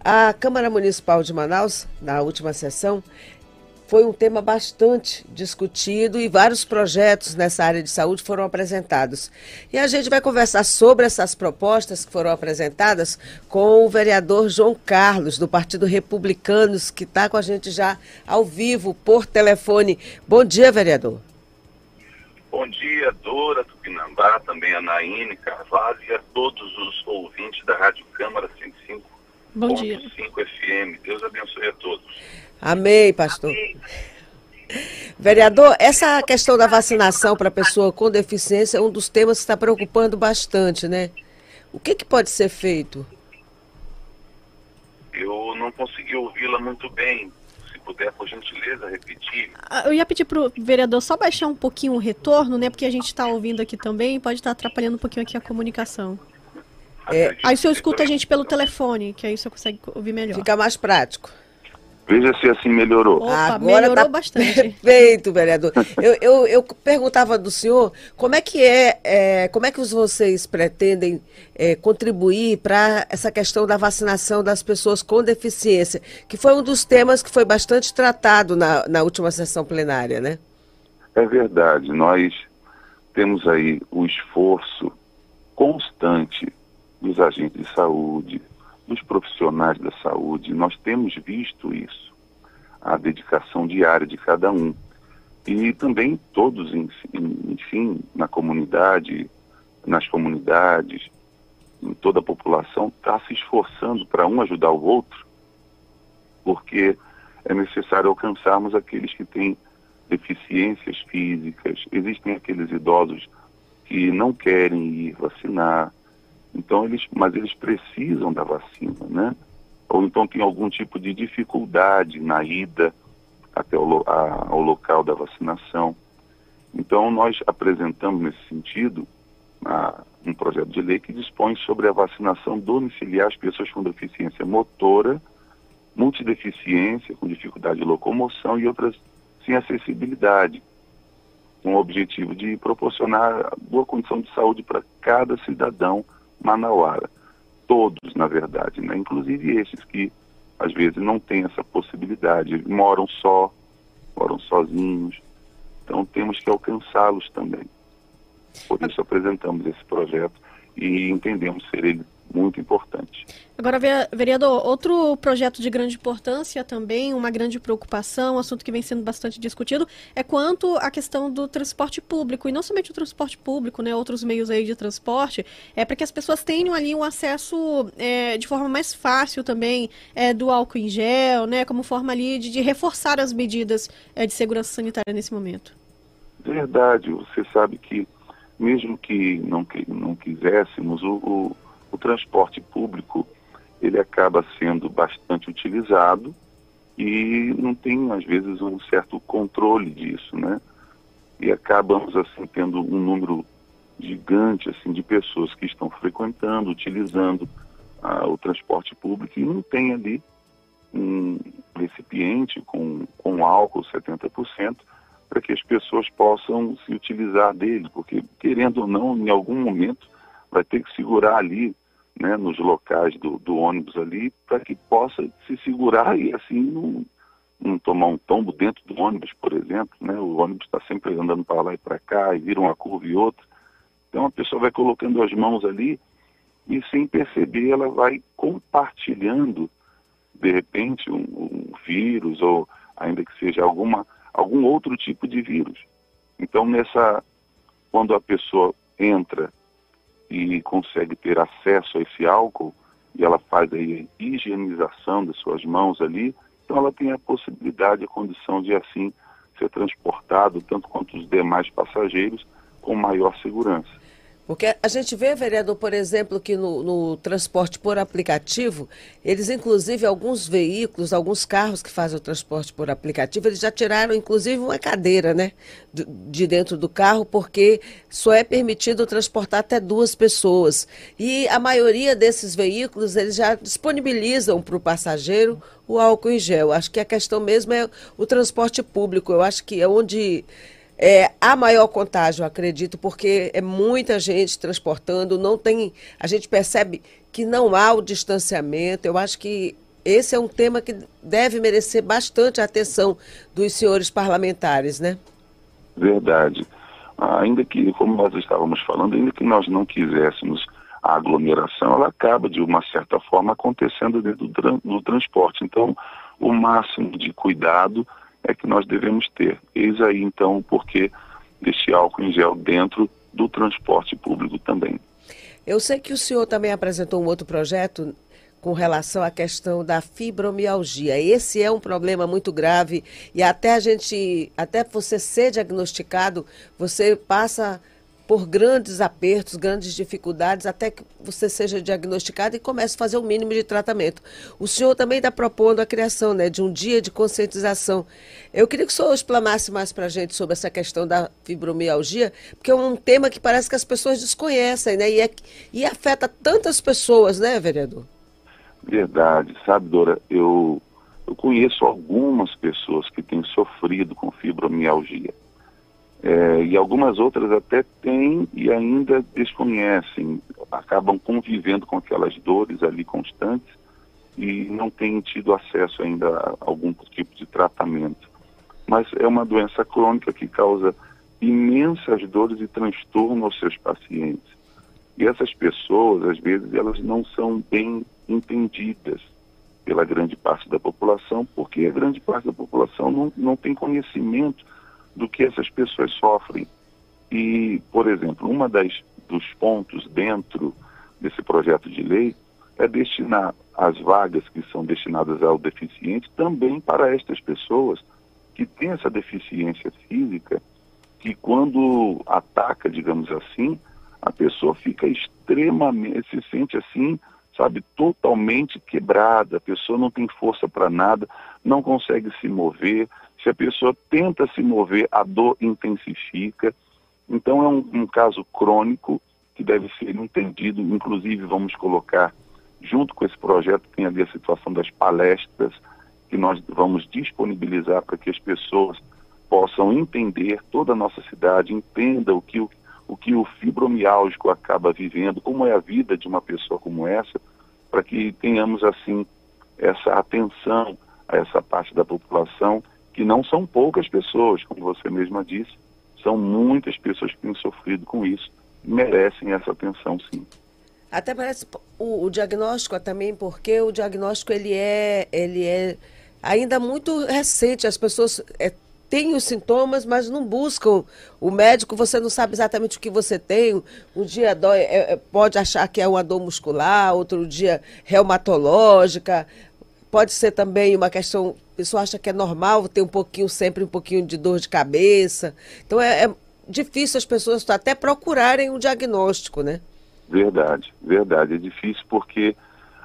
A Câmara Municipal de Manaus, na última sessão, foi um tema bastante discutido e vários projetos nessa área de saúde foram apresentados. E a gente vai conversar sobre essas propostas que foram apresentadas com o vereador João Carlos, do Partido Republicanos, que está com a gente já ao vivo, por telefone. Bom dia, vereador. Bom dia, Dora Tupinambá, também a Naine Carvalho e a todos os ouvintes da Rádio Câmara 105.5 FM. Deus abençoe a todos. Amém, pastor. Amém. Vereador, essa questão da vacinação para pessoa com deficiência é um dos temas que está preocupando bastante, né? O que pode ser feito? Eu não consegui ouvi-la muito bem. Se puder, por gentileza, repetir. Eu ia pedir para o vereador só baixar um pouquinho o retorno, né? Porque a gente está ouvindo aqui também, pode estar atrapalhando um pouquinho aqui a comunicação. Aí o senhor escuta a gente pelo telefone, que aí o senhor consegue ouvir melhor. Fica mais prático. Veja se assim melhorou. Opa, agora melhorou tá bastante. Perfeito, vereador. Eu perguntava do senhor como é que como é que vocês pretendem contribuir para essa questão da vacinação das pessoas com deficiência, que foi um dos temas que foi bastante tratado na última sessão plenária, né? É verdade. Nós temos aí o esforço constante dos agentes de saúde, dos profissionais da saúde. Nós temos visto isso, a dedicação diária de cada um. E também todos, enfim, na comunidade, nas comunidades, em toda a população, está se esforçando para um ajudar o outro, porque é necessário alcançarmos aqueles que têm deficiências físicas. Existem aqueles idosos que não querem ir vacinar, então mas eles precisam da vacina, né? Ou então tem algum tipo de dificuldade na ida até ao local da vacinação. Então nós apresentamos nesse sentido um projeto de lei que dispõe sobre a vacinação domiciliar às pessoas com deficiência motora, multideficiência, com dificuldade de locomoção e outras sem acessibilidade, com o objetivo de proporcionar boa condição de saúde para cada cidadão manauara. Todos, na verdade, né? Inclusive esses que às vezes não têm essa possibilidade, moram sozinhos. Então temos que alcançá-los também. Por isso apresentamos esse projeto e entendemos ser ele muito importante. Agora, vereador, outro projeto de grande importância também, uma grande preocupação, um assunto que vem sendo bastante discutido, é quanto à questão do transporte público, e não somente o transporte público, né, outros meios aí de transporte, para que as pessoas tenham ali um acesso de forma mais fácil também do álcool em gel, né, como forma ali de reforçar as medidas de segurança sanitária nesse momento. Verdade, você sabe que mesmo que não quiséssemos, o transporte público, ele acaba sendo bastante utilizado e não tem, às vezes, um certo controle disso, né? E acabamos, assim, tendo um número gigante, assim, de pessoas que estão frequentando, utilizando o transporte público e não tem ali um recipiente com álcool 70% para que as pessoas possam se utilizar dele, porque, querendo ou não, em algum momento vai ter que segurar ali, né, nos locais do ônibus ali, para que possa se segurar e assim não tomar um tombo dentro do ônibus, por exemplo, né? O ônibus está sempre andando para lá e para cá e vira uma curva e outra. Então a pessoa vai colocando as mãos ali e sem perceber ela vai compartilhando, de repente, um vírus ou ainda que seja algum outro tipo de vírus. Então quando a pessoa entra e consegue ter acesso a esse álcool, e ela faz aí a higienização das suas mãos ali, então ela tem a possibilidade, a condição de assim ser transportado, tanto quanto os demais passageiros, com maior segurança. Porque a gente vê, vereador, por exemplo, que no transporte por aplicativo, eles, inclusive, alguns veículos, alguns carros que fazem o transporte por aplicativo, eles já tiraram, inclusive, uma cadeira, né, de dentro do carro, porque só é permitido transportar até 2 pessoas. E a maioria desses veículos, eles já disponibilizam para o passageiro o álcool em gel. Acho que a questão mesmo é o transporte público. Eu acho que é onde há maior contágio, acredito, porque é muita gente transportando, a gente percebe que não há o distanciamento. Eu acho que esse é um tema que deve merecer bastante a atenção dos senhores parlamentares, né? Verdade. Ainda que, como nós estávamos falando, ainda que nós não quiséssemos a aglomeração, ela acaba, de uma certa forma, acontecendo dentro do transporte. Então, o máximo de cuidado é que nós devemos ter. Eis aí, então, o porquê deste álcool em gel dentro do transporte público também. Eu sei que o senhor também apresentou um outro projeto com relação à questão da fibromialgia. Esse é um problema muito grave e até você ser diagnosticado, você passa por grandes apertos, grandes dificuldades, até que você seja diagnosticado e comece a fazer o mínimo de tratamento. O senhor também está propondo a criação, né, de um dia de conscientização. Eu queria que o senhor explanasse mais para a gente sobre essa questão da fibromialgia, porque é um tema que parece que as pessoas desconhecem, né, e afeta tantas pessoas, né, vereador? Verdade. Sabe, Dora, eu conheço algumas pessoas que têm sofrido com fibromialgia. E algumas outras até têm e ainda desconhecem, acabam convivendo com aquelas dores ali constantes e não têm tido acesso ainda a algum tipo de tratamento. Mas é uma doença crônica que causa imensas dores e transtorno aos seus pacientes. E essas pessoas, às vezes, elas não são bem entendidas pela grande parte da população, porque a grande parte da população não tem conhecimento do que essas pessoas sofrem. E, por exemplo, dos pontos dentro desse projeto de lei é destinar as vagas que são destinadas ao deficiente também para estas pessoas que têm essa deficiência física, que quando ataca, digamos assim, a pessoa fica extremamente, se sente assim, sabe, totalmente quebrada, a pessoa não tem força para nada, não consegue se mover. Se a pessoa tenta se mover, a dor intensifica. Então é um caso crônico que deve ser entendido. Inclusive vamos colocar, junto com esse projeto, tem ali a situação das palestras, que nós vamos disponibilizar para que as pessoas possam entender, toda a nossa cidade entenda o que o fibromialgico acaba vivendo, como é a vida de uma pessoa como essa, para que tenhamos assim essa atenção a essa parte da população, que não são poucas pessoas, como você mesma disse, são muitas pessoas que têm sofrido com isso e merecem essa atenção, sim. Até parece o diagnóstico também, porque o diagnóstico ele é ainda muito recente, as pessoas têm os sintomas, mas não buscam o médico, você não sabe exatamente o que você tem, um dia pode achar que é uma dor muscular, outro dia reumatológica. Pode ser também uma questão, a pessoa acha que é normal ter sempre um pouquinho de dor de cabeça. Então é difícil as pessoas até procurarem um diagnóstico, né? Verdade. É difícil porque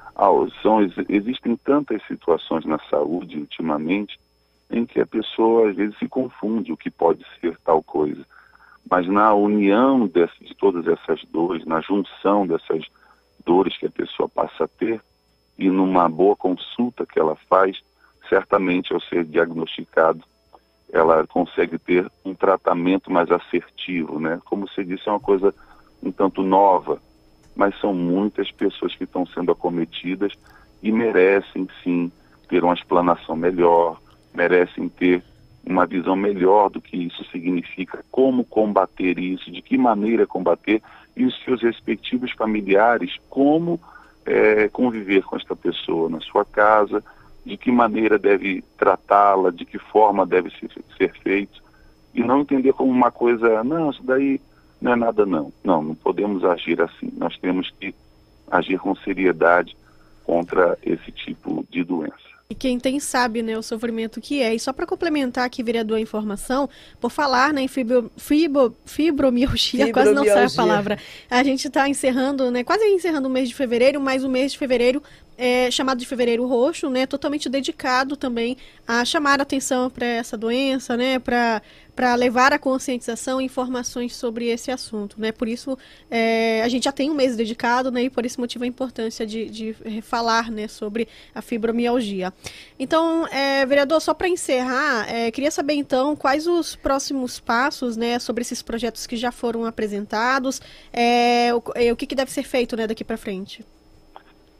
existem tantas situações na saúde ultimamente em que a pessoa às vezes se confunde o que pode ser tal coisa. Mas na união de todas essas dores, na junção dessas dores que a pessoa passa a ter, e numa boa consulta que ela faz, certamente ao ser diagnosticado, ela consegue ter um tratamento mais assertivo, né? Como você disse, é uma coisa um tanto nova, mas são muitas pessoas que estão sendo acometidas e merecem sim ter uma explanação melhor, merecem ter uma visão melhor do que isso significa, como combater isso, de que maneira combater, e os seus respectivos familiares, como conviver com esta pessoa na sua casa, de que maneira deve tratá-la, de que forma deve ser feito, e não entender como uma coisa, não, isso daí não é nada não. Não podemos agir assim. Nós temos que agir com seriedade contra esse tipo de doença. E quem tem sabe, né, o sofrimento que é. E só para complementar aqui, vereador, a informação, por falar, né, em fibromialgia, quase não sai a palavra. A gente está encerrando, né, quase encerrando o mês de fevereiro, mas o mês de fevereiro é chamado de Fevereiro Roxo, né, totalmente dedicado também a chamar a atenção para essa doença, né, para levar a conscientização e informações sobre esse assunto, né, por isso a gente já tem um mês dedicado, né, e por esse motivo a importância de falar, né, sobre a fibromialgia. Então, vereador, só para encerrar, queria saber então quais os próximos passos, né, sobre esses projetos que já foram apresentados, o que deve ser feito, né, daqui para frente.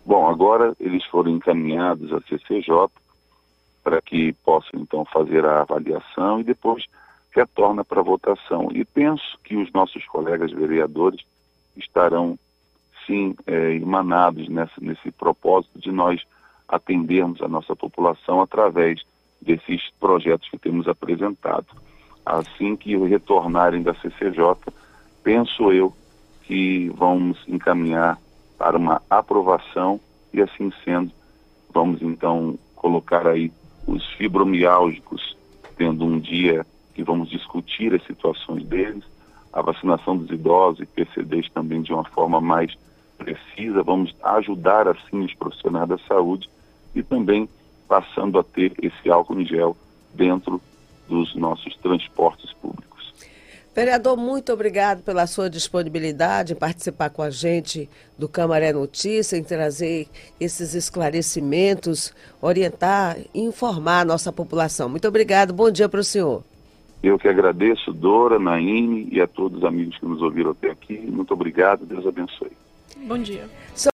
Bom, agora eles foram encaminhados à CCJ para que possam então fazer a avaliação e depois retorna para votação. E penso que os nossos colegas vereadores estarão sim emanados nesse propósito de nós atendermos a nossa população através desses projetos que temos apresentado. Assim que retornarem da CCJ, penso eu que vamos encaminhar para uma aprovação e, assim sendo, vamos então colocar aí os fibromiálgicos, tendo um dia que vamos discutir as situações deles, a vacinação dos idosos e PCDs também de uma forma mais precisa, vamos ajudar assim os profissionais da saúde e também passando a ter esse álcool em gel dentro dos nossos transportes públicos. Vereador, muito obrigado pela sua disponibilidade em participar com a gente do Câmara Notícia, em trazer esses esclarecimentos, orientar e informar a nossa população. Muito obrigado, bom dia para o senhor. Eu que agradeço, Dora, Naine e a todos os amigos que nos ouviram até aqui. Muito obrigado, Deus abençoe. Bom dia.